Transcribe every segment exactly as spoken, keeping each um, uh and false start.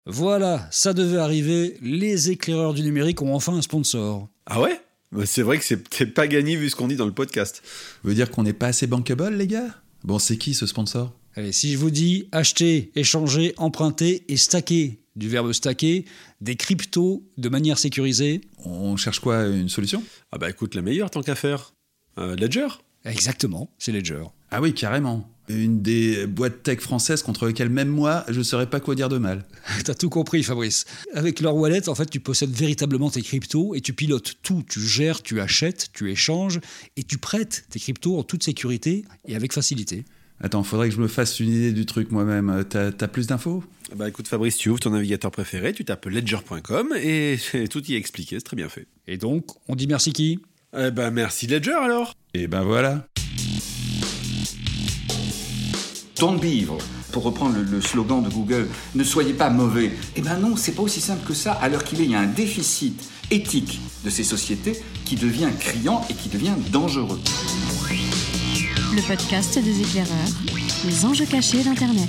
Voilà, ça devait arriver, les éclaireurs du numérique ont enfin un sponsor. Ah ouais ? Bah c'est vrai que c'est peut-être pas gagné vu ce qu'on dit dans le podcast. Vous voulez dire qu'on n'est pas assez bankable, les gars ? Bon, c'est qui ce sponsor ? Allez, si je vous dis acheter, échanger, emprunter et stacker, du verbe stacker, des cryptos de manière sécurisée. On cherche quoi, une solution ? Ah bah écoute, la meilleure tant qu'à faire. Euh, Ledger ? Exactement, c'est Ledger. Ah oui, carrément. Une des boîtes tech françaises contre lesquelles même moi, je ne saurais pas quoi dire de mal. T'as tout compris, Fabrice. Avec leur wallet, en fait, tu possèdes véritablement tes cryptos et tu pilotes tout. Tu gères, tu achètes, tu échanges et tu prêtes tes cryptos en toute sécurité et avec facilité. Attends, faudrait que je me fasse une idée du truc moi-même. T'as, t'as plus d'infos ? Bah écoute Fabrice, tu ouvres ton navigateur préféré, tu tapes ledger point com et tout y est expliqué, c'est très bien fait. Et donc, on dit merci qui ? Eh ben merci Ledger alors. Et ben voilà. Don't be evil. Pour reprendre le, le slogan de Google, ne soyez pas mauvais. Eh ben non, c'est pas aussi simple que ça. À l'heure qu'il est, il y a un déficit éthique de ces sociétés qui devient criant et qui devient dangereux. Le podcast des éclaireurs, les enjeux cachés d'Internet.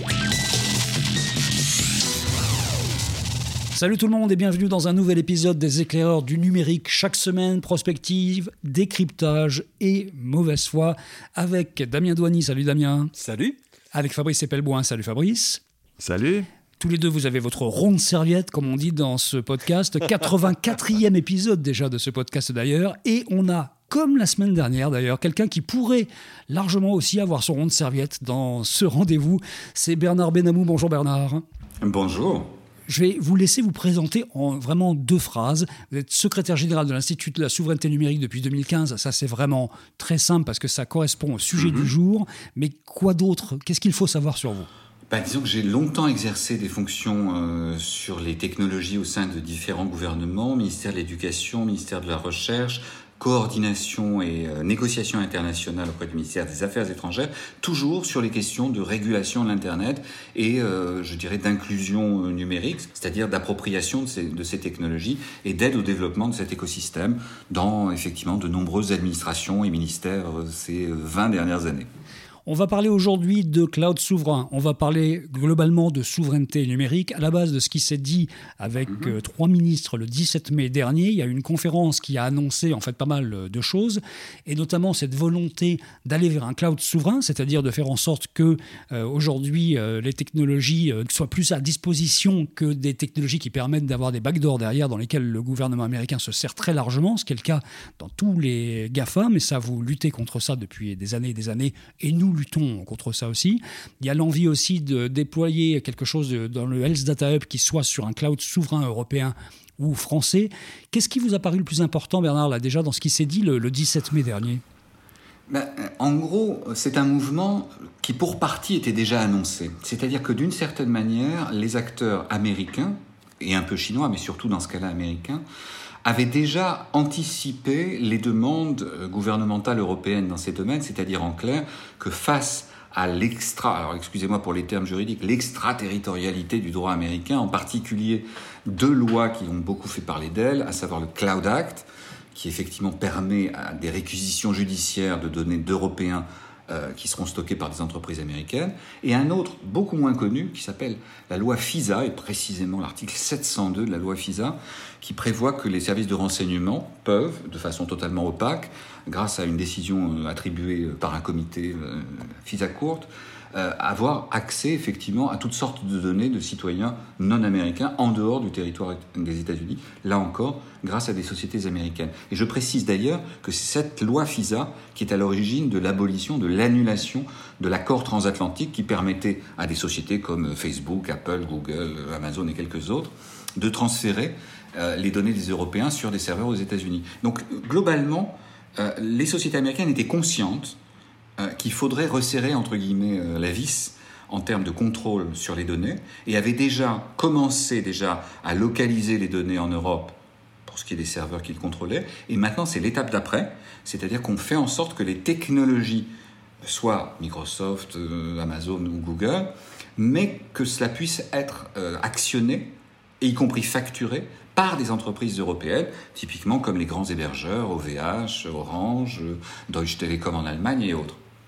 Salut tout le monde et bienvenue dans un nouvel épisode des éclaireurs du numérique. Chaque semaine, prospective, décryptage et mauvaise foi avec Damien Douany. Salut Damien. Salut. Avec Fabrice Epelboin. Salut Fabrice. Salut. Tous les deux, vous avez votre ronde serviette, comme on dit dans ce podcast. quatre-vingt-quatrième épisode déjà de ce podcast d'ailleurs. Et on a, comme la semaine dernière d'ailleurs, quelqu'un qui pourrait largement aussi avoir son ronde serviette dans ce rendez-vous. C'est Bernard Benamou. Bonjour Bernard. Bonjour. Je vais vous laisser vous présenter en vraiment deux phrases. Vous êtes secrétaire général de l'Institut de la souveraineté numérique depuis deux mille quinze. Ça, c'est vraiment très simple parce que ça correspond au sujet mmh. du jour. Mais quoi d'autre ? Qu'est-ce qu'il faut savoir sur vous ? Bah, disons que j'ai longtemps exercé des fonctions euh, sur les technologies au sein de différents gouvernements, ministère de l'Éducation, ministère de la Recherche, coordination et euh, négociation internationale auprès du ministère des Affaires étrangères, toujours sur les questions de régulation de l'Internet et, euh, je dirais, d'inclusion numérique, c'est-à-dire d'appropriation de ces, de ces technologies et d'aide au développement de cet écosystème dans, effectivement, de nombreuses administrations et ministères euh, ces vingt dernières années. On va parler aujourd'hui de cloud souverain. On va parler globalement de souveraineté numérique. À la base de ce qui s'est dit avec mmh. euh, trois ministres le dix-sept mai dernier, il y a une conférence qui a annoncé en fait pas mal de choses, et notamment cette volonté d'aller vers un cloud souverain, c'est-à-dire de faire en sorte que euh, aujourd'hui euh, les technologies euh, soient plus à disposition que des technologies qui permettent d'avoir des backdoors derrière dans lesquelles le gouvernement américain se sert très largement, ce qui est le cas dans tous les GAFA, mais ça, vous luttez contre ça depuis des années et des années, et nous luttons contre ça aussi. Il y a l'envie aussi de déployer quelque chose dans le Health Data Hub qui soit sur un cloud souverain européen ou français. Qu'est-ce qui vous a paru le plus important, Bernard, là, déjà, dans ce qui s'est dit le, le dix-sept mai dernier ? Ben, en gros, c'est un mouvement qui, pour partie, était déjà annoncé. C'est-à-dire que, d'une certaine manière, les acteurs américains, et un peu chinois, mais surtout dans ce cas-là américains, avait déjà anticipé les demandes gouvernementales européennes dans ces domaines, c'est-à-dire en clair que face à l'extra, alors excusez-moi pour les termes juridiques, l'extraterritorialité du droit américain, en particulier deux lois qui ont beaucoup fait parler d'elles, à savoir le Cloud Act, qui effectivement permet à des réquisitions judiciaires de données d'Européens Euh, qui seront stockés par des entreprises américaines, et un autre beaucoup moins connu qui s'appelle la loi FISA, et précisément l'article sept cent deux de la loi FISA, qui prévoit que les services de renseignement peuvent, de façon totalement opaque, grâce à une décision euh, attribuée par un comité euh, FISA Court, euh, avoir accès effectivement à toutes sortes de données de citoyens non américains en dehors du territoire des États-Unis, là encore, grâce à des sociétés américaines. Et je précise d'ailleurs que c'est cette loi FISA qui est à l'origine de l'abolition, de l'annulation de l'accord transatlantique qui permettait à des sociétés comme Facebook, Apple, Google, Amazon et quelques autres de transférer euh, les données des Européens sur des serveurs aux États-Unis. Donc globalement, euh, les sociétés américaines étaient conscientes euh, qu'il faudrait resserrer entre guillemets euh, la vis en termes de contrôle sur les données et avaient déjà commencé déjà à localiser les données en Europe pour ce qui est des serveurs qu'ils contrôlaient. Et maintenant, c'est l'étape d'après, c'est-à-dire qu'on fait en sorte que les technologies, soit Microsoft, euh, Amazon ou Google, mais que cela puisse être euh, actionné, et y compris facturé, par des entreprises européennes, typiquement comme les grands hébergeurs, O V H, Orange, Deutsche Telekom en Allemagne et autres.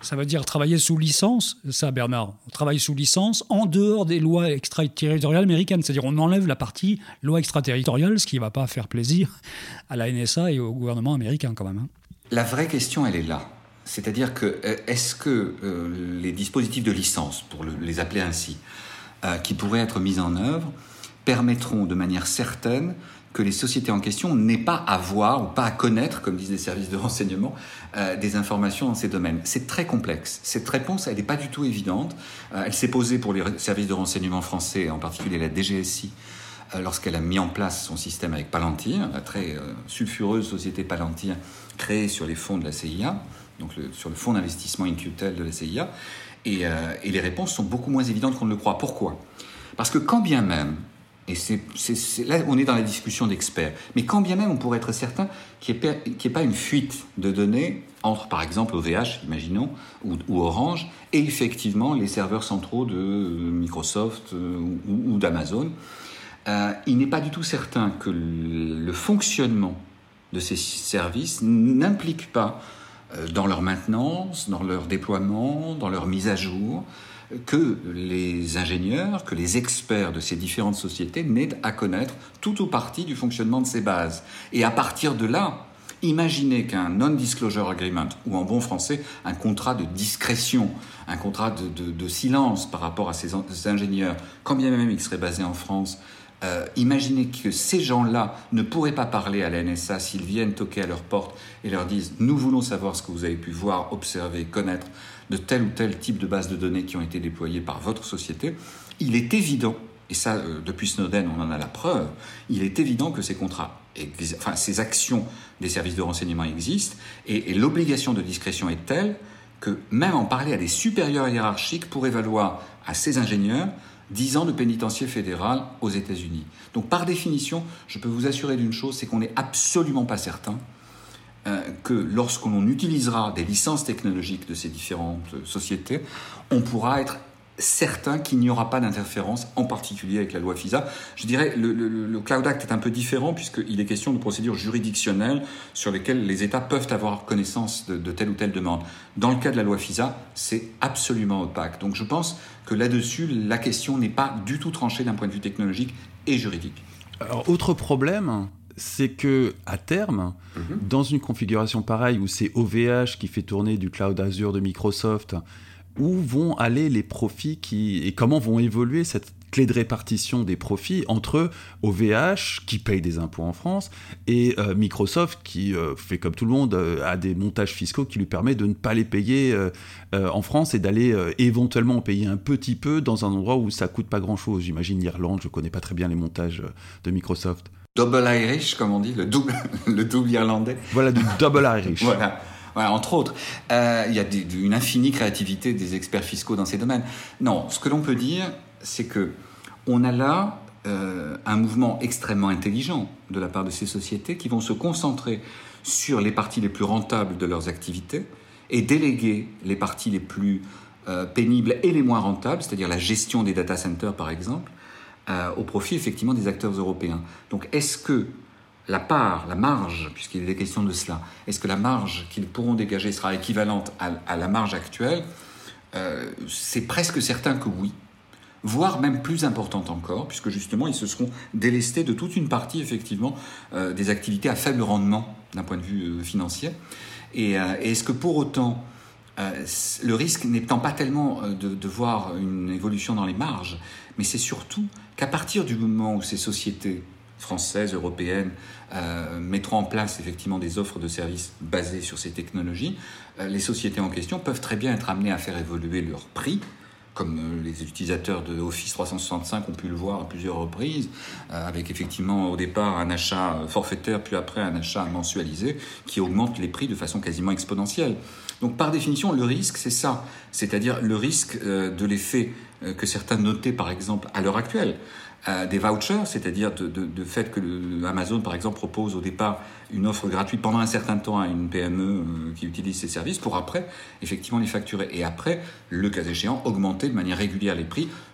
Ça veut dire travailler sous licence, ça, Bernard. On travaille sous licence en dehors des lois extraterritoriales américaines. C'est-à-dire on enlève la partie loi extraterritoriale, ce qui ne va pas faire plaisir à la N S A et au gouvernement américain quand même. Hein. La vraie question, elle est là. C'est-à-dire que est-ce que euh, les dispositifs de licence, pour le, les appeler ainsi, euh, qui pourraient être mis en œuvre, permettront de manière certaine que les sociétés en question n'aient pas à voir ou pas à connaître, comme disent les services de renseignement, euh, des informations dans ces domaines. C'est très complexe. Cette réponse, elle n'est pas du tout évidente. Euh, elle s'est posée pour les services de renseignement français, en particulier la D G S I, euh, lorsqu'elle a mis en place son système avec Palantir, la très euh, sulfureuse société Palantir créée sur les fonds de la C I A, donc le, sur le fonds d'investissement In-Q-Tel de la C I A. Et, euh, et les réponses sont beaucoup moins évidentes qu'on ne le croit. Pourquoi ? Parce que quand bien même, et c'est, c'est, c'est, là, on est dans la discussion d'experts. Mais quand bien même, on pourrait être certain qu'il n'y ait, ait pas une fuite de données entre, par exemple, O V H, imaginons, ou, ou Orange, et effectivement les serveurs centraux de Microsoft euh, ou, ou d'Amazon. Euh, il n'est pas du tout certain que le, le fonctionnement de ces services n'implique pas, euh, dans leur maintenance, dans leur déploiement, dans leur mise à jour, que les ingénieurs, que les experts de ces différentes sociétés n'aient à connaître tout ou partie du fonctionnement de ces bases. Et à partir de là, imaginez qu'un non-disclosure agreement, ou en bon français, un contrat de discrétion, un contrat de, de, de silence par rapport à ces, ces ingénieurs, quand bien même ils seraient basés en France, euh, imaginez que ces gens-là ne pourraient pas parler à la N S A s'ils viennent toquer à leur porte et leur disent « Nous voulons savoir ce que vous avez pu voir, observer, connaître » de tel ou tel type de base de données qui ont été déployées par votre société, il est évident, et ça, euh, depuis Snowden, on en a la preuve, il est évident que ces contrats, enfin, ces actions des services de renseignement existent, et, et l'obligation de discrétion est telle que même en parler à des supérieurs hiérarchiques pourrait valoir à ces ingénieurs dix ans de pénitencier fédéral aux États-Unis. Donc, par définition, je peux vous assurer d'une chose, c'est qu'on n'est absolument pas certain Euh, que lorsqu'on utilisera des licences technologiques de ces différentes sociétés, on pourra être certain qu'il n'y aura pas d'interférence, en particulier avec la loi FISA. Je dirais le, le, le Cloud Act est un peu différent puisqu'il est question de procédures juridictionnelles sur lesquelles les États peuvent avoir connaissance de, de telle ou telle demande. Dans le cas de la loi FISA, c'est absolument opaque. Donc je pense que là-dessus, la question n'est pas du tout tranchée d'un point de vue technologique et juridique. Alors, autre problème, c'est que à terme, mm-hmm. dans une configuration pareille où c'est O V H qui fait tourner du Cloud Azure de Microsoft, où vont aller les profits qui, et comment vont évoluer cette clé de répartition des profits entre O V H qui paye des impôts en France et euh, Microsoft qui euh, fait comme tout le monde, euh, a des montages fiscaux qui lui permettent de ne pas les payer euh, euh, en France et d'aller euh, éventuellement payer un petit peu dans un endroit où ça coûte pas grand chose. J'imagine l'Irlande, je connais pas très bien les montages de Microsoft. Double Irish, comme on dit, le double, le double irlandais. Voilà, du double Irish. Voilà. Voilà, entre autres, euh, il y a des, une infinie créativité des experts fiscaux dans ces domaines. Non, ce que l'on peut dire, c'est que on a là euh, un mouvement extrêmement intelligent de la part de ces sociétés qui vont se concentrer sur les parties les plus rentables de leurs activités et déléguer les parties les plus euh, pénibles et les moins rentables, c'est-à-dire la gestion des data centers par exemple, euh, au profit effectivement des acteurs européens. Donc est-ce que la part, la marge, puisqu'il est question de cela, est-ce que la marge qu'ils pourront dégager sera équivalente à, à la marge actuelle ? euh, C'est presque certain que oui, voire même plus importante encore, puisque justement ils se seront délestés de toute une partie effectivement euh, des activités à faible rendement d'un point de vue euh, financier. Et, euh, et est-ce que pour autant, euh, le risque n'étant pas tellement euh, de, de voir une évolution dans les marges, mais c'est surtout qu'à partir du moment où ces sociétés françaises, européennes, euh, mettront en place effectivement des offres de services basées sur ces technologies, euh, les sociétés en question peuvent très bien être amenées à faire évoluer leurs prix, comme euh, les utilisateurs de Office trois cent soixante-cinq ont pu le voir à plusieurs reprises, euh, avec effectivement au départ un achat forfaitaire, puis après un achat mensualisé, qui augmente les prix de façon quasiment exponentielle. Donc par définition, le risque, c'est ça, c'est-à-dire le risque euh, de l'effet euh, que certains notaient par exemple à l'heure actuelle, Euh, des vouchers, c'est-à-dire de, de, de fait que le, Amazon, par exemple, propose au départ une offre gratuite pendant un certain temps à une P M E euh, qui utilise ces services pour après, effectivement, les facturer. Et après, le cas échéant, augmenter de manière régulière les prix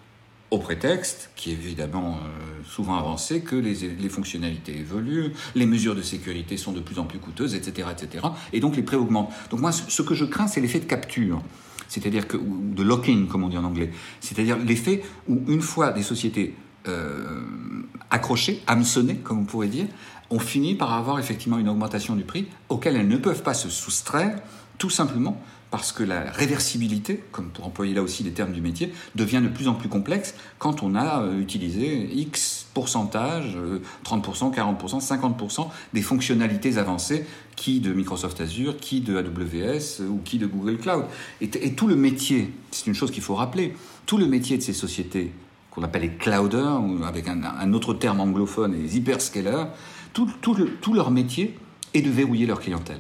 au prétexte, qui est évidemment euh, souvent avancé, que les, les fonctionnalités évoluent, les mesures de sécurité sont de plus en plus coûteuses, et cetera, et cetera. Et donc les prix augmentent. Donc moi, ce que je crains, c'est l'effet de capture, c'est-à-dire que, ou de lock-in, comme on dit en anglais, c'est-à-dire l'effet où une fois des sociétés euh, accrochées, hameçonnées, comme on pourrait dire, on finit par avoir effectivement une augmentation du prix auquel elles ne peuvent pas se soustraire, tout simplement parce que la réversibilité, comme pour employer là aussi les termes du métier, devient de plus en plus complexe quand on a euh, utilisé X pourcentage, euh, trente pour cent, quarante pour cent, cinquante pour cent des fonctionnalités avancées, qui de Microsoft Azure, qui de A W S euh, ou qui de Google Cloud. Et, et tout le métier, c'est une chose qu'il faut rappeler, tout le métier de ces sociétés, qu'on appelle les clouders, ou avec un, un autre terme anglophone, les hyperscalers, tout, tout, le, tout leur métier est de verrouiller leur clientèle.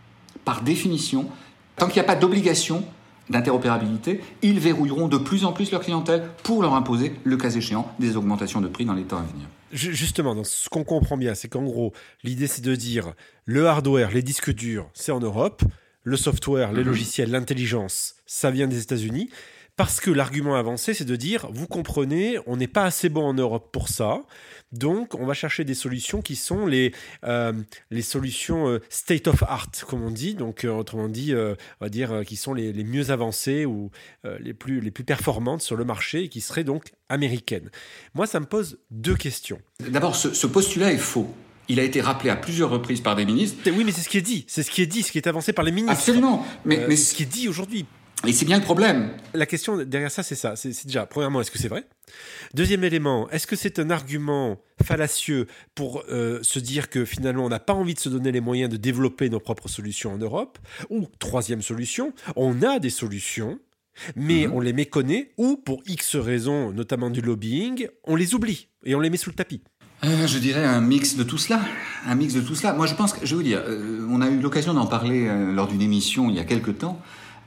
Par définition, tant qu'il n'y a pas d'obligation d'interopérabilité, ils verrouilleront de plus en plus leur clientèle pour leur imposer, le cas échéant, des augmentations de prix dans les temps à venir. Justement, dans ce qu'on comprend bien, c'est qu'en gros, l'idée c'est de dire le hardware, les disques durs, c'est en Europe, le software, les logiciels, l'intelligence, ça vient des États-Unis. Parce que l'argument avancé, c'est de dire, vous comprenez, on n'est pas assez bon en Europe pour ça, donc on va chercher des solutions qui sont les, euh, les solutions euh, state of art, comme on dit, donc euh, autrement dit, euh, on va dire, euh, qui sont les, les mieux avancées ou euh, les, plus, les plus performantes sur le marché et qui seraient donc américaines. Moi, ça me pose deux questions. D'abord, ce, ce postulat est faux. Il a été rappelé à plusieurs reprises par des ministres. Oui, mais c'est ce qui est dit, c'est ce qui est dit, ce qui est avancé par les ministres. Absolument, mais, euh, mais c'est ce qui est dit aujourd'hui. Et c'est bien le problème. La question derrière ça, c'est ça. C'est, c'est déjà, premièrement, est-ce que c'est vrai ? Deuxième élément, est-ce que c'est un argument fallacieux pour euh, se dire que finalement, on n'a pas envie de se donner les moyens de développer nos propres solutions en Europe ? Ou, troisième solution, on a des solutions, mais mmh. on les méconnaît, ou pour X raisons, notamment du lobbying, on les oublie et on les met sous le tapis. Euh, je dirais un mix de tout cela. Un mix de tout cela. Moi, je pense que, je vais vous dire, euh, on a eu l'occasion d'en parler euh, lors d'une émission il y a quelque temps.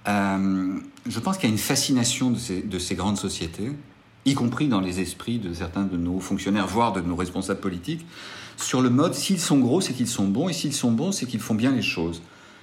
Euh, je pense qu'il y a une fascination de ces, de ces grandes sociétés, y compris dans les esprits de certains de nos fonctionnaires, voire de nos responsables politiques, sur le mode, s'ils sont gros, c'est qu'ils sont bons, et s'ils sont bons, c'est qu'ils font bien les choses.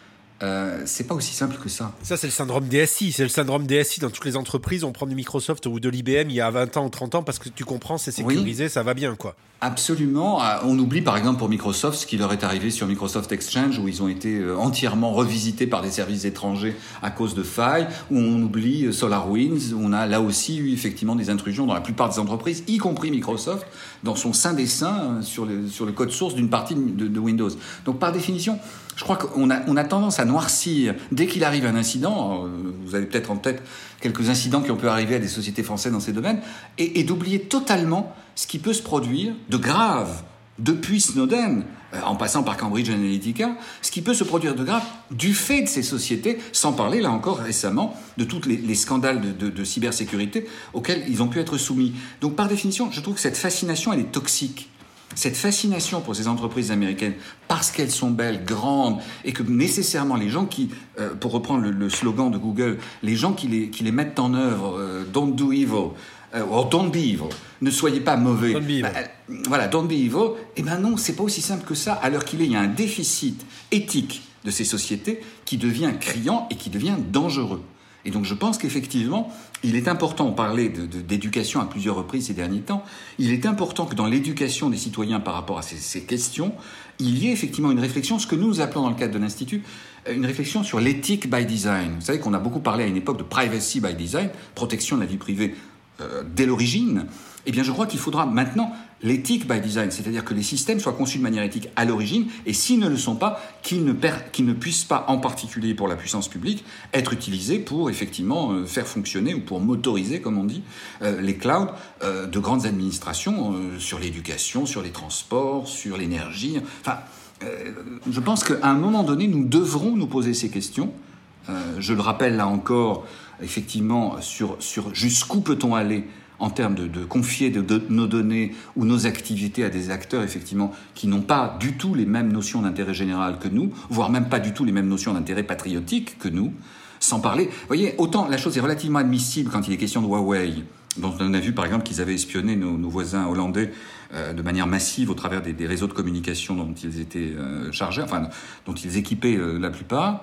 Euh, c'est pas aussi simple que ça. Ça, c'est le syndrome D S I. C'est le syndrome D S I dans toutes les entreprises. On prend du Microsoft ou de l'I B M il y a vingt ans ou trente ans parce que tu comprends, c'est sécurisé, oui. Ça va bien, quoi. Absolument. On oublie par exemple pour Microsoft ce qui leur est arrivé sur Microsoft Exchange où ils ont été entièrement revisités par des services étrangers à cause de failles, où on oublie SolarWinds, où on a là aussi eu effectivement des intrusions dans la plupart des entreprises, y compris Microsoft, dans son sein des seins sur le, sur le code source d'une partie de, de Windows. Donc par définition, je crois qu'on a, on a tendance à noircir dès qu'il arrive un incident. Vous avez peut-être en tête quelques incidents qui ont pu arriver à des sociétés françaises dans ces domaines, et, et d'oublier totalement ce qui peut se produire de grave depuis Snowden, euh, en passant par Cambridge Analytica, ce qui peut se produire de grave du fait de ces sociétés, sans parler, là encore récemment, de tous les, les scandales de, de, de cybersécurité auxquels ils ont pu être soumis. Donc par définition, je trouve que cette fascination, elle est toxique. Cette fascination pour ces entreprises américaines, parce qu'elles sont belles, grandes, et que nécessairement les gens qui, euh, pour reprendre le, le slogan de Google, les gens qui les, qui les mettent en œuvre, euh, don't do evil, euh, or don't be evil, ne soyez pas mauvais. Don't be evil. Bah, voilà, don't be evil. Eh ben non, c'est pas aussi simple que ça. À l'heure qu'il est, il y a un déficit éthique de ces sociétés qui devient criant et qui devient dangereux. Et donc je pense qu'effectivement, il est important, on parlait de, de, d'éducation à plusieurs reprises ces derniers temps, il est important que dans l'éducation des citoyens par rapport à ces, ces questions, il y ait effectivement une réflexion, ce que nous appelons dans le cadre de l'Institut, une réflexion sur l'éthique by design. Vous savez qu'on a beaucoup parlé à une époque de privacy by design, protection de la vie privée euh, dès l'origine. Eh bien je crois qu'il faudra maintenant l'éthique by design, c'est-à-dire que les systèmes soient conçus de manière éthique à l'origine, et s'ils ne le sont pas, qu'ils ne, per- qu'ils ne puissent pas, en particulier pour la puissance publique, être utilisés pour effectivement euh, faire fonctionner, ou pour motoriser, comme on dit, euh, les clouds euh, de grandes administrations euh, sur l'éducation, sur les transports, sur l'énergie. Enfin, euh, je pense qu'à un moment donné, nous devrons nous poser ces questions. Euh, je le rappelle là encore, effectivement, sur, sur jusqu'où peut-on aller en termes de, de confier de, de nos données ou nos activités à des acteurs, effectivement, qui n'ont pas du tout les mêmes notions d'intérêt général que nous, voire même pas du tout les mêmes notions d'intérêt patriotique que nous, sans parler... Vous voyez, autant la chose est relativement admissible quand il est question de Huawei, dont on a vu, par exemple, qu'ils avaient espionné nos, nos voisins hollandais euh, de manière massive au travers des, des réseaux de communication dont ils étaient euh, chargés, enfin, dont ils équipaient euh, la plupart.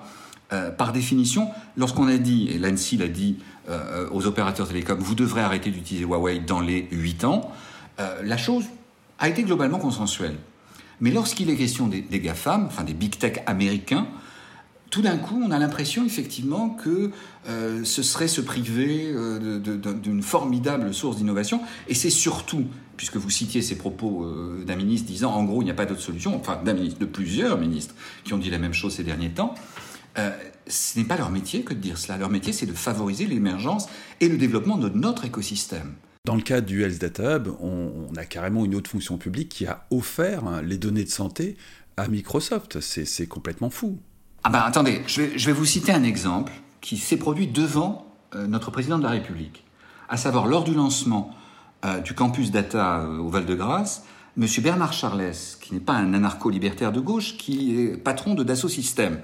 Euh, par définition, lorsqu'on a dit, et l'ANSSI l'a dit euh, aux opérateurs télécoms, vous devrez arrêter d'utiliser Huawei dans les huit ans, euh, la chose a été globalement consensuelle. Mais lorsqu'il est question des, des GAFAM, enfin des big tech américains, tout d'un coup, on a l'impression effectivement que euh, ce serait se priver euh, de, de, d'une formidable source d'innovation. Et c'est surtout, puisque vous citiez ces propos euh, d'un ministre disant en gros il n'y a pas d'autre solution, enfin d'un ministre, de plusieurs ministres qui ont dit la même chose ces derniers temps, euh, ce n'est pas leur métier que de dire cela. Leur métier, c'est de favoriser l'émergence et le développement de notre écosystème. Dans le cas du Health Data Hub, on, on a carrément une autre fonction publique qui a offert hein, les données de santé à Microsoft. C'est, c'est complètement fou. Ah ben attendez, je vais, je vais vous citer un exemple qui s'est produit devant euh, notre président de la République. À savoir, lors du lancement euh, du campus data euh, au Val-de-Grâce, M. Bernard Charlès, qui n'est pas un anarcho-libertaire de gauche, qui est patron de Dassault Systèmes.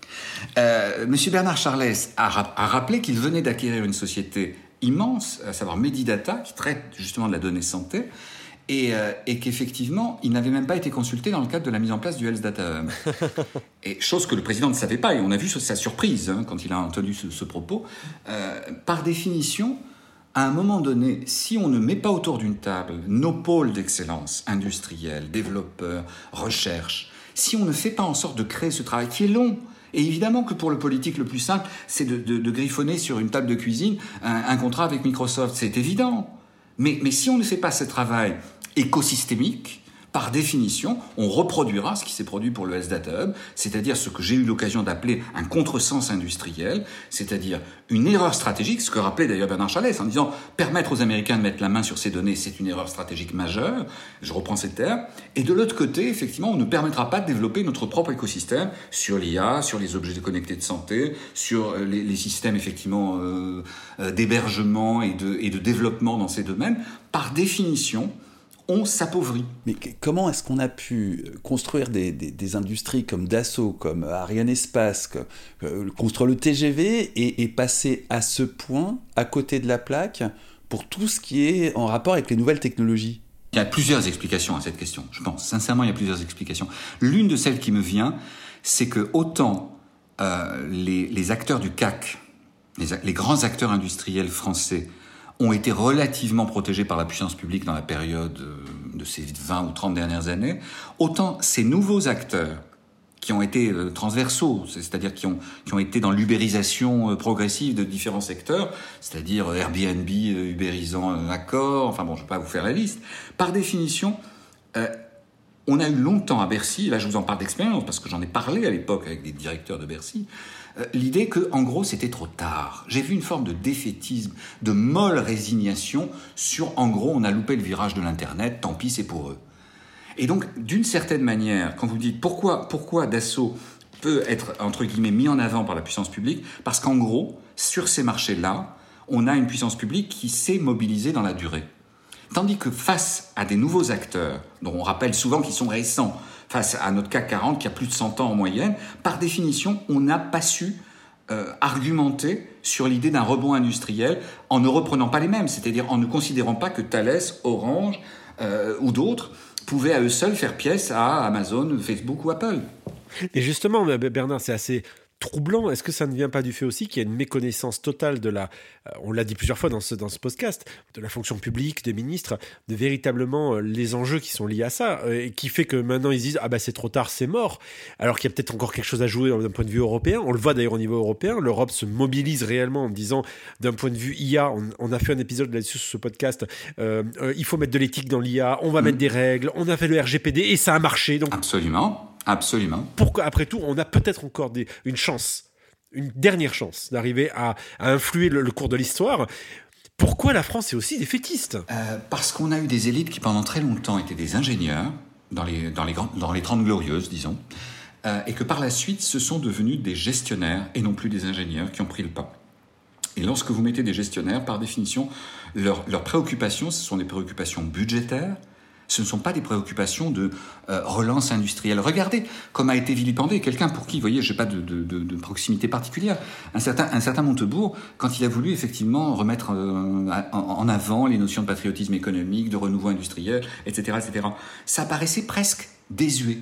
Euh, M. Bernard Charlès a, ra- a rappelé qu'il venait d'acquérir une société immense, à savoir Medidata, qui traite justement de la donnée santé, Et, euh, et qu'effectivement, il n'avait même pas été consulté dans le cadre de la mise en place du Health Data Hub. Et chose que le président ne savait pas, et on a vu sa surprise hein, quand il a entendu ce, ce propos. Euh, par définition, à un moment donné, si on ne met pas autour d'une table nos pôles d'excellence industriels, développeurs, recherche, si on ne fait pas en sorte de créer ce travail qui est long, et évidemment que pour le politique, le plus simple, c'est de, de, de griffonner sur une table de cuisine un, un contrat avec Microsoft, c'est évident. Mais, mais si on ne fait pas ce travail écosystémique, par définition, on reproduira ce qui s'est produit pour le Health Data Hub, c'est-à-dire ce que j'ai eu l'occasion d'appeler un contresens industriel, c'est-à-dire une erreur stratégique, ce que rappelait d'ailleurs Bernard Charlès, en disant « permettre aux Américains de mettre la main sur ces données, c'est une erreur stratégique majeure », je reprends ces termes, et de l'autre côté, effectivement, on ne permettra pas de développer notre propre écosystème sur l'I A, sur les objets connectés de santé, sur les, les systèmes, effectivement, euh, euh, d'hébergement et de, et de développement dans ces domaines. Par définition, on s'appauvrit. Mais comment est-ce qu'on a pu construire des, des, des industries comme Dassault, comme Arianespace, que, euh, construire le T G V et, et passer à ce point à côté de la plaque pour tout ce qui est en rapport avec les nouvelles technologies ? Il y a plusieurs explications à cette question, je pense. Sincèrement, il y a plusieurs explications. L'une de celles qui me vient, c'est que autant euh, les, les acteurs du C A C, les, les grands acteurs industriels français, ont été relativement protégés par la puissance publique dans la période de ces vingt ou trente dernières années, autant ces nouveaux acteurs qui ont été transversaux, c'est-à-dire qui ont, qui ont été dans l'ubérisation progressive de différents secteurs, c'est-à-dire Airbnb ubérisant Accor, enfin bon, je ne vais pas vous faire la liste, par définition, euh, on a eu longtemps à Bercy, là je vous en parle d'expérience parce que j'en ai parlé à l'époque avec des directeurs de Bercy, euh, l'idée que, en gros, c'était trop tard. J'ai vu une forme de défaitisme, de molle résignation sur, en gros, on a loupé le virage de l'Internet, tant pis, c'est pour eux. Et donc, d'une certaine manière, quand vous dites pourquoi, pourquoi Dassault peut être, entre guillemets, mis en avant par la puissance publique, parce qu'en gros, sur ces marchés-là, on a une puissance publique qui s'est mobilisée dans la durée. Tandis que face à des nouveaux acteurs, dont on rappelle souvent qu'ils sont récents, face à notre C A C quarante qui a plus de cent ans en moyenne, par définition, on n'a pas su euh, argumenter sur l'idée d'un rebond industriel en ne reprenant pas les mêmes, c'est-à-dire en ne considérant pas que Thales, Orange euh, ou d'autres pouvaient à eux seuls faire pièce à Amazon, Facebook ou Apple. Et justement, Bernard, c'est assez troublant. Est-ce que ça ne vient pas du fait aussi qu'il y a une méconnaissance totale de la, euh, on l'a dit plusieurs fois dans ce, dans ce podcast, de la fonction publique, des ministres, de véritablement euh, les enjeux qui sont liés à ça, euh, et qui fait que maintenant ils disent « Ah bah c'est trop tard, c'est mort », alors qu'il y a peut-être encore quelque chose à jouer d'un point de vue européen. On le voit d'ailleurs au niveau européen, l'Europe se mobilise réellement en disant d'un point de vue I A, on, on a fait un épisode là-dessus sur ce podcast, euh, euh, il faut mettre de l'éthique dans l'I A, on va mmh. mettre des règles, on a fait le R G P D et ça a marché. Donc, absolument. Absolument. Pourquoi, après tout, on a peut-être encore des, une chance, une dernière chance d'arriver à, à influer le, le cours de l'histoire. Pourquoi la France est aussi défaitiste ? euh, Parce qu'on a eu des élites qui, pendant très longtemps, étaient des ingénieurs, dans les, dans les, grands, dans les Trente Glorieuses, disons, euh, et que par la suite, ce sont devenus des gestionnaires et non plus des ingénieurs qui ont pris le pas. Et lorsque vous mettez des gestionnaires, par définition, leurs leur préoccupations, ce sont des préoccupations budgétaires. Ce ne sont pas des préoccupations de euh, relance industrielle. Regardez comme a été vilipendé quelqu'un pour qui, vous voyez, je n'ai pas de, de, de, de proximité particulière. Un certain, un certain Montebourg, quand il a voulu effectivement remettre euh, en, en avant les notions de patriotisme économique, de renouveau industriel, et cetera, et cetera, ça paraissait presque désuet.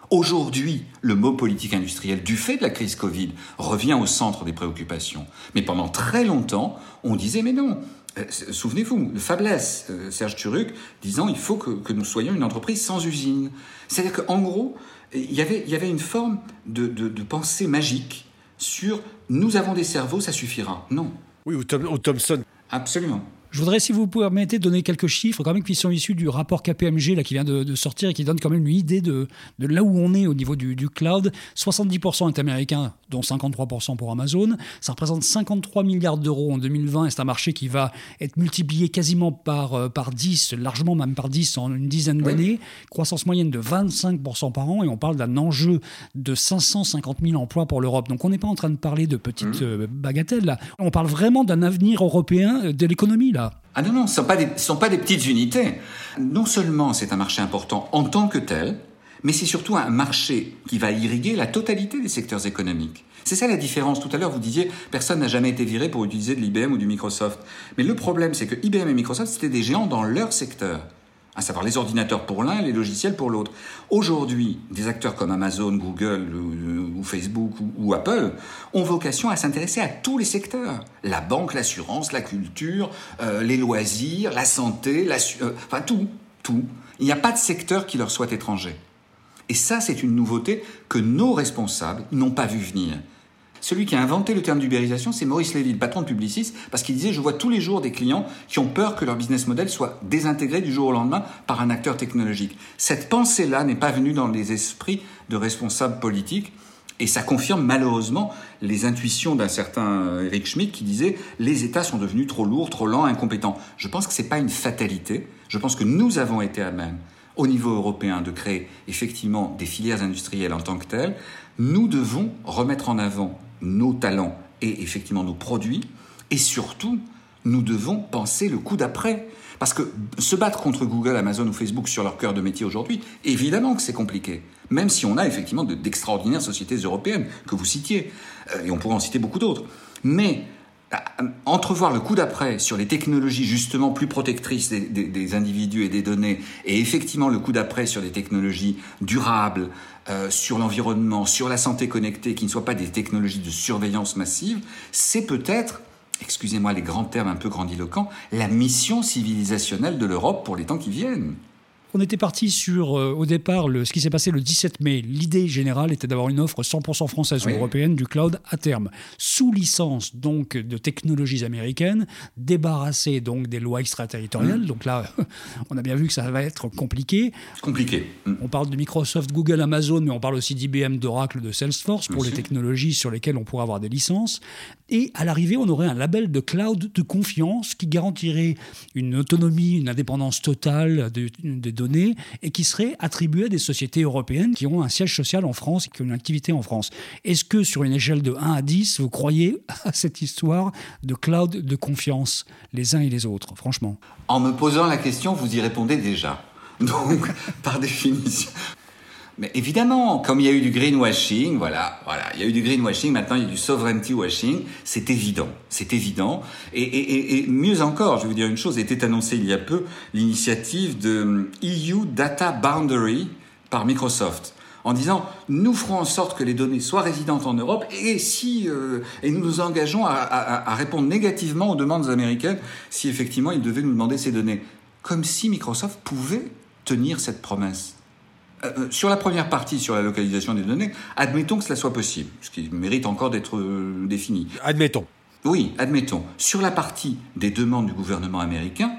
Aujourd'hui, le mot politique industrielle, du fait de la crise Covid, revient au centre des préoccupations. Mais pendant très longtemps, on disait, mais non, euh, souvenez-vous, le Fabless, euh, Serge Turuc, disant, il faut que, que nous soyons une entreprise sans usine. C'est-à-dire qu'en gros, il y avait, il y avait une forme de, de, de pensée magique sur, nous avons des cerveaux, ça suffira. Non. Oui, ou, Tom, ou Thomson. Absolument. Je voudrais, si vous permettez, donner quelques chiffres quand même qui sont issus du rapport K P M G là, qui vient de, de sortir et qui donne quand même une idée de, de là où on est au niveau du, du cloud. soixante-dix pour cent est américain, dont cinquante-trois pour cent pour Amazon. Ça représente cinquante-trois milliards d'euros en deux mille vingt et c'est un marché qui va être multiplié quasiment par, euh, par dix, largement même par dix en une dizaine d'années. Oui. Croissance moyenne de vingt-cinq pour cent par an et on parle d'un enjeu de cinq cent cinquante mille emplois pour l'Europe. Donc on n'est pas en train de parler de petites mmh. euh, bagatelles là. On parle vraiment d'un avenir européen de l'économie là. Ah non, non, ce ne sont pas des, ce sont pas des petites unités. Non seulement c'est un marché important en tant que tel, mais c'est surtout un marché qui va irriguer la totalité des secteurs économiques. C'est ça la différence. Tout à l'heure, vous disiez, personne n'a jamais été viré pour utiliser de l'I B M ou du Microsoft. Mais le problème, c'est que I B M et Microsoft, c'était des géants dans leur secteur. À savoir les ordinateurs pour l'un et les logiciels pour l'autre. Aujourd'hui, des acteurs comme Amazon, Google ou, ou Facebook ou, ou Apple ont vocation à s'intéresser à tous les secteurs. La banque, l'assurance, la culture, euh, les loisirs, la santé, la, euh, enfin tout, tout. Il n'y a pas de secteur qui leur soit étranger. Et ça, c'est une nouveauté que nos responsables n'ont pas vu venir. Celui qui a inventé le terme d'ubérisation, c'est Maurice Lévy, le patron de Publicis, parce qu'il disait « Je vois tous les jours des clients qui ont peur que leur business model soit désintégré du jour au lendemain par un acteur technologique. » Cette pensée-là n'est pas venue dans les esprits de responsables politiques, et ça confirme malheureusement les intuitions d'un certain Eric Schmidt qui disait « Les États sont devenus trop lourds, trop lents, incompétents. » Je pense que ce n'est pas une fatalité, je pense que nous avons été à même, au niveau européen, de créer effectivement des filières industrielles en tant que telles. Nous devons remettre en avant nos talents et effectivement nos produits, et surtout, nous devons penser le coup d'après. Parce que se battre contre Google, Amazon ou Facebook sur leur cœur de métier aujourd'hui, évidemment que c'est compliqué. Même si on a effectivement de, d'extraordinaires sociétés européennes que vous citiez, euh, et on pourrait en citer beaucoup d'autres. Mais euh, entrevoir le coup d'après sur les technologies justement plus protectrices des, des, des individus et des données, et effectivement le coup d'après sur des technologies durables, Euh, sur l'environnement, sur la santé connectée, qui ne soient pas des technologies de surveillance massive, c'est peut-être, excusez-moi les grands termes un peu grandiloquents, la mission civilisationnelle de l'Europe pour les temps qui viennent. On était parti sur, euh, au départ, le, ce qui s'est passé le dix-sept mai. L'idée générale était d'avoir une offre cent pour cent française ou oui. européenne du cloud à terme, sous licence donc de technologies américaines, débarrassée donc des lois extraterritoriales. Mmh. Donc là, on a bien vu que ça va être compliqué. Compliqué. Mmh. On parle de Microsoft, Google, Amazon, mais on parle aussi d'I B M, d'Oracle, de Salesforce pour Merci. les technologies sur lesquelles on pourrait avoir des licences. Et à l'arrivée, on aurait un label de cloud de confiance qui garantirait une autonomie, une indépendance totale des de, de données et qui serait attribué à des sociétés européennes qui ont un siège social en France et qui ont une activité en France. Est-ce que sur une échelle de un à dix, vous croyez à cette histoire de cloud de confiance, les uns et les autres, franchement? En me posant la question, vous y répondez déjà. Donc, par définition... Mais évidemment, comme il y a eu du greenwashing, voilà, voilà, il y a eu du greenwashing, maintenant il y a du sovereignty washing, c'est évident, c'est évident. Et, et, et mieux encore, je vais vous dire une chose, était annoncée il y a peu l'initiative de E U Data Boundary par Microsoft, en disant nous ferons en sorte que les données soient résidentes en Europe et si euh, et nous nous engageons à, à, à répondre négativement aux demandes américaines si effectivement ils devaient nous demander ces données. Comme si Microsoft pouvait tenir cette promesse. Euh, sur la première partie, sur la localisation des données, admettons que cela soit possible, ce qui mérite encore d'être euh, défini. Admettons. Oui, admettons. Sur la partie des demandes du gouvernement américain,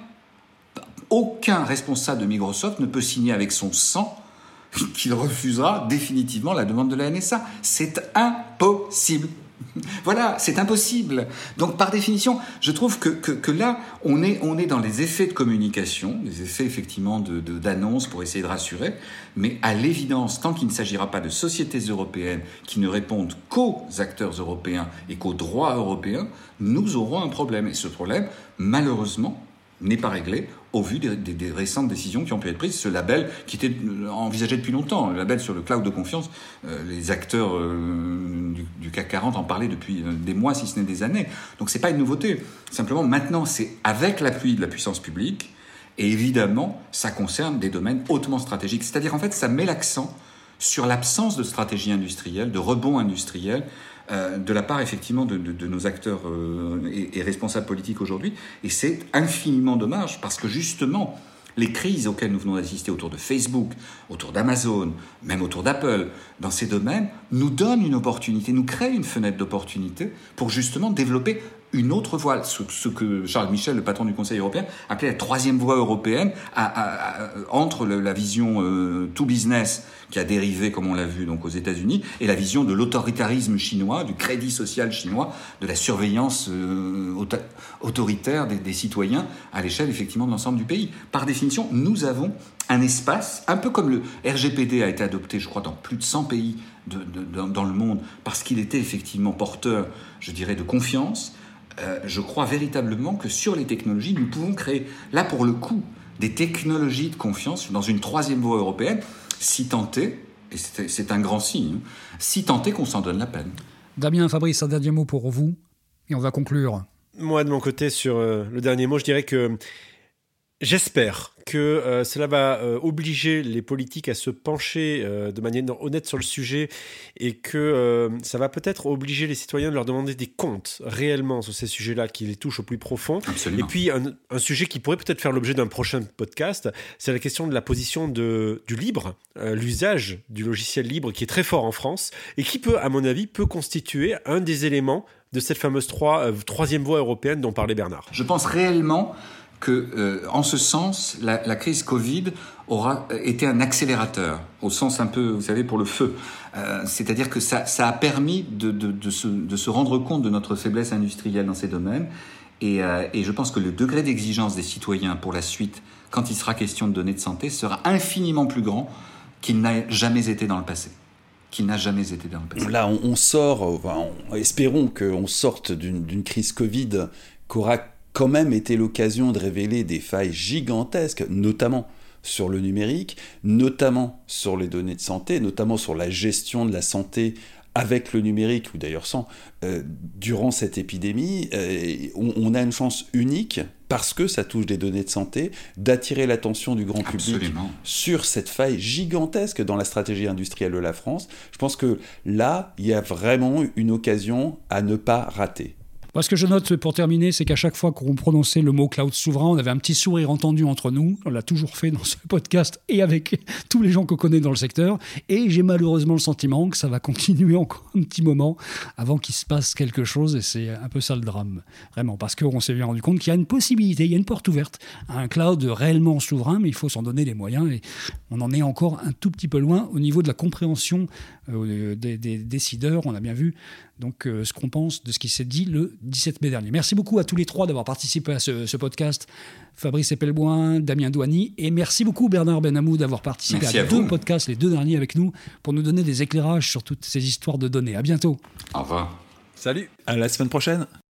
aucun responsable de Microsoft ne peut signer avec son sang qu'il refusera définitivement la demande de la N S A. C'est impossible. Voilà, c'est impossible. Donc, par définition, je trouve que, que, que là, on est, on est dans les effets de communication, les effets effectivement de, de, d'annonce pour essayer de rassurer, mais à l'évidence, tant qu'il ne s'agira pas de sociétés européennes qui ne répondent qu'aux acteurs européens et qu'aux droits européens, nous aurons un problème. Et ce problème, malheureusement, n'est pas réglé au vu des, des, des récentes décisions qui ont pu être prises. Ce label qui était envisagé depuis longtemps, le label sur le cloud de confiance, euh, les acteurs euh, du, du C A C quarante en parlaient depuis des mois, si ce n'est des années. Donc c'est pas une nouveauté. Simplement, maintenant, c'est avec l'appui de la puissance publique, et évidemment, ça concerne des domaines hautement stratégiques. C'est-à-dire, en fait, ça met l'accent sur l'absence de stratégie industrielle, de rebond industriel, euh, de la part effectivement de, de, de nos acteurs euh, et, et responsables politiques aujourd'hui. Et c'est infiniment dommage parce que justement, les crises auxquelles nous venons d'assister autour de Facebook, autour d'Amazon, même autour d'Apple, dans ces domaines, nous donnent une opportunité, nous créent une fenêtre d'opportunité pour justement développer une autre voie, ce, ce que Charles Michel, le patron du Conseil européen, appelait la troisième voie européenne, à, à, à, entre le, la vision euh, tout business qui a dérivé, comme on l'a vu donc aux États-Unis, et la vision de l'autoritarisme chinois, du crédit social chinois, de la surveillance euh, auto- autoritaire des, des citoyens à l'échelle effectivement de l'ensemble du pays. Par définition, nous avons un espace, un peu comme le R G P D a été adopté, je crois, dans plus de cent pays de, de, de, dans le monde, parce qu'il était effectivement porteur, je dirais, de confiance. Euh, je crois véritablement que sur les technologies, nous pouvons créer, là pour le coup, des technologies de confiance dans une troisième voie européenne, si tant est, et c'est, c'est un grand signe, si tant est qu'on s'en donne la peine. Damien, Fabrice, un dernier mot pour vous, et on va conclure. Moi, de mon côté, sur euh, le dernier mot, je dirais que j'espère que euh, cela va euh, obliger les politiques à se pencher euh, de manière honnête sur le sujet et que euh, ça va peut-être obliger les citoyens de leur demander des comptes réellement sur ces sujets-là qui les touchent au plus profond. Absolument. Et puis un, un sujet qui pourrait peut-être faire l'objet d'un prochain podcast, c'est la question de la position de, du libre, euh, l'usage du logiciel libre qui est très fort en France et qui peut, à mon avis, peut constituer un des éléments de cette fameuse trois, euh, troisième voie européenne dont parlait Bernard. Je pense réellement que, euh, en ce sens, la, la crise Covid aura été un accélérateur, au sens un peu, vous savez, pour le feu. Euh, c'est-à-dire que ça, ça a permis de, de, de, se, de se rendre compte de notre faiblesse industrielle dans ces domaines. Et, euh, et je pense que le degré d'exigence des citoyens pour la suite, quand il sera question de données de santé, sera infiniment plus grand qu'il n'a jamais été dans le passé. Qu'il n'a jamais été dans le passé. Là, on, on sort, enfin, on, espérons qu'on sorte d'une, d'une crise Covid qu'aura quand même été l'occasion de révéler des failles gigantesques, notamment sur le numérique, notamment sur les données de santé, notamment sur la gestion de la santé avec le numérique, ou d'ailleurs sans, euh, durant cette épidémie. Euh, on, on a une chance unique, parce que ça touche des données de santé, d'attirer l'attention du grand public Absolument. sur cette faille gigantesque dans la stratégie industrielle de la France. Je pense que là, il y a vraiment une occasion à ne pas rater. Moi, ce que je note pour terminer, c'est qu'à chaque fois qu'on prononçait le mot cloud souverain, on avait un petit sourire entendu entre nous. On l'a toujours fait dans ce podcast et avec tous les gens qu'on connaît dans le secteur. Et j'ai malheureusement le sentiment que ça va continuer encore un petit moment avant qu'il se passe quelque chose. Et c'est un peu ça le drame, vraiment. Parce qu'on s'est bien rendu compte qu'il y a une possibilité, il y a une porte ouverte à un cloud réellement souverain, mais il faut s'en donner les moyens. Et on en est encore un tout petit peu loin au niveau de la compréhension euh, des, des décideurs. On a bien vu donc euh, ce qu'on pense de ce qui s'est dit le dix-sept mai dernier. Merci beaucoup à tous les trois d'avoir participé à ce, ce podcast. Fabrice Epelboin, Damien Douany, et merci beaucoup Bernard Benamou d'avoir participé merci à, à deux vous. podcasts, les deux derniers avec nous, pour nous donner des éclairages sur toutes ces histoires de données. À bientôt. Au revoir. Salut. À la semaine prochaine.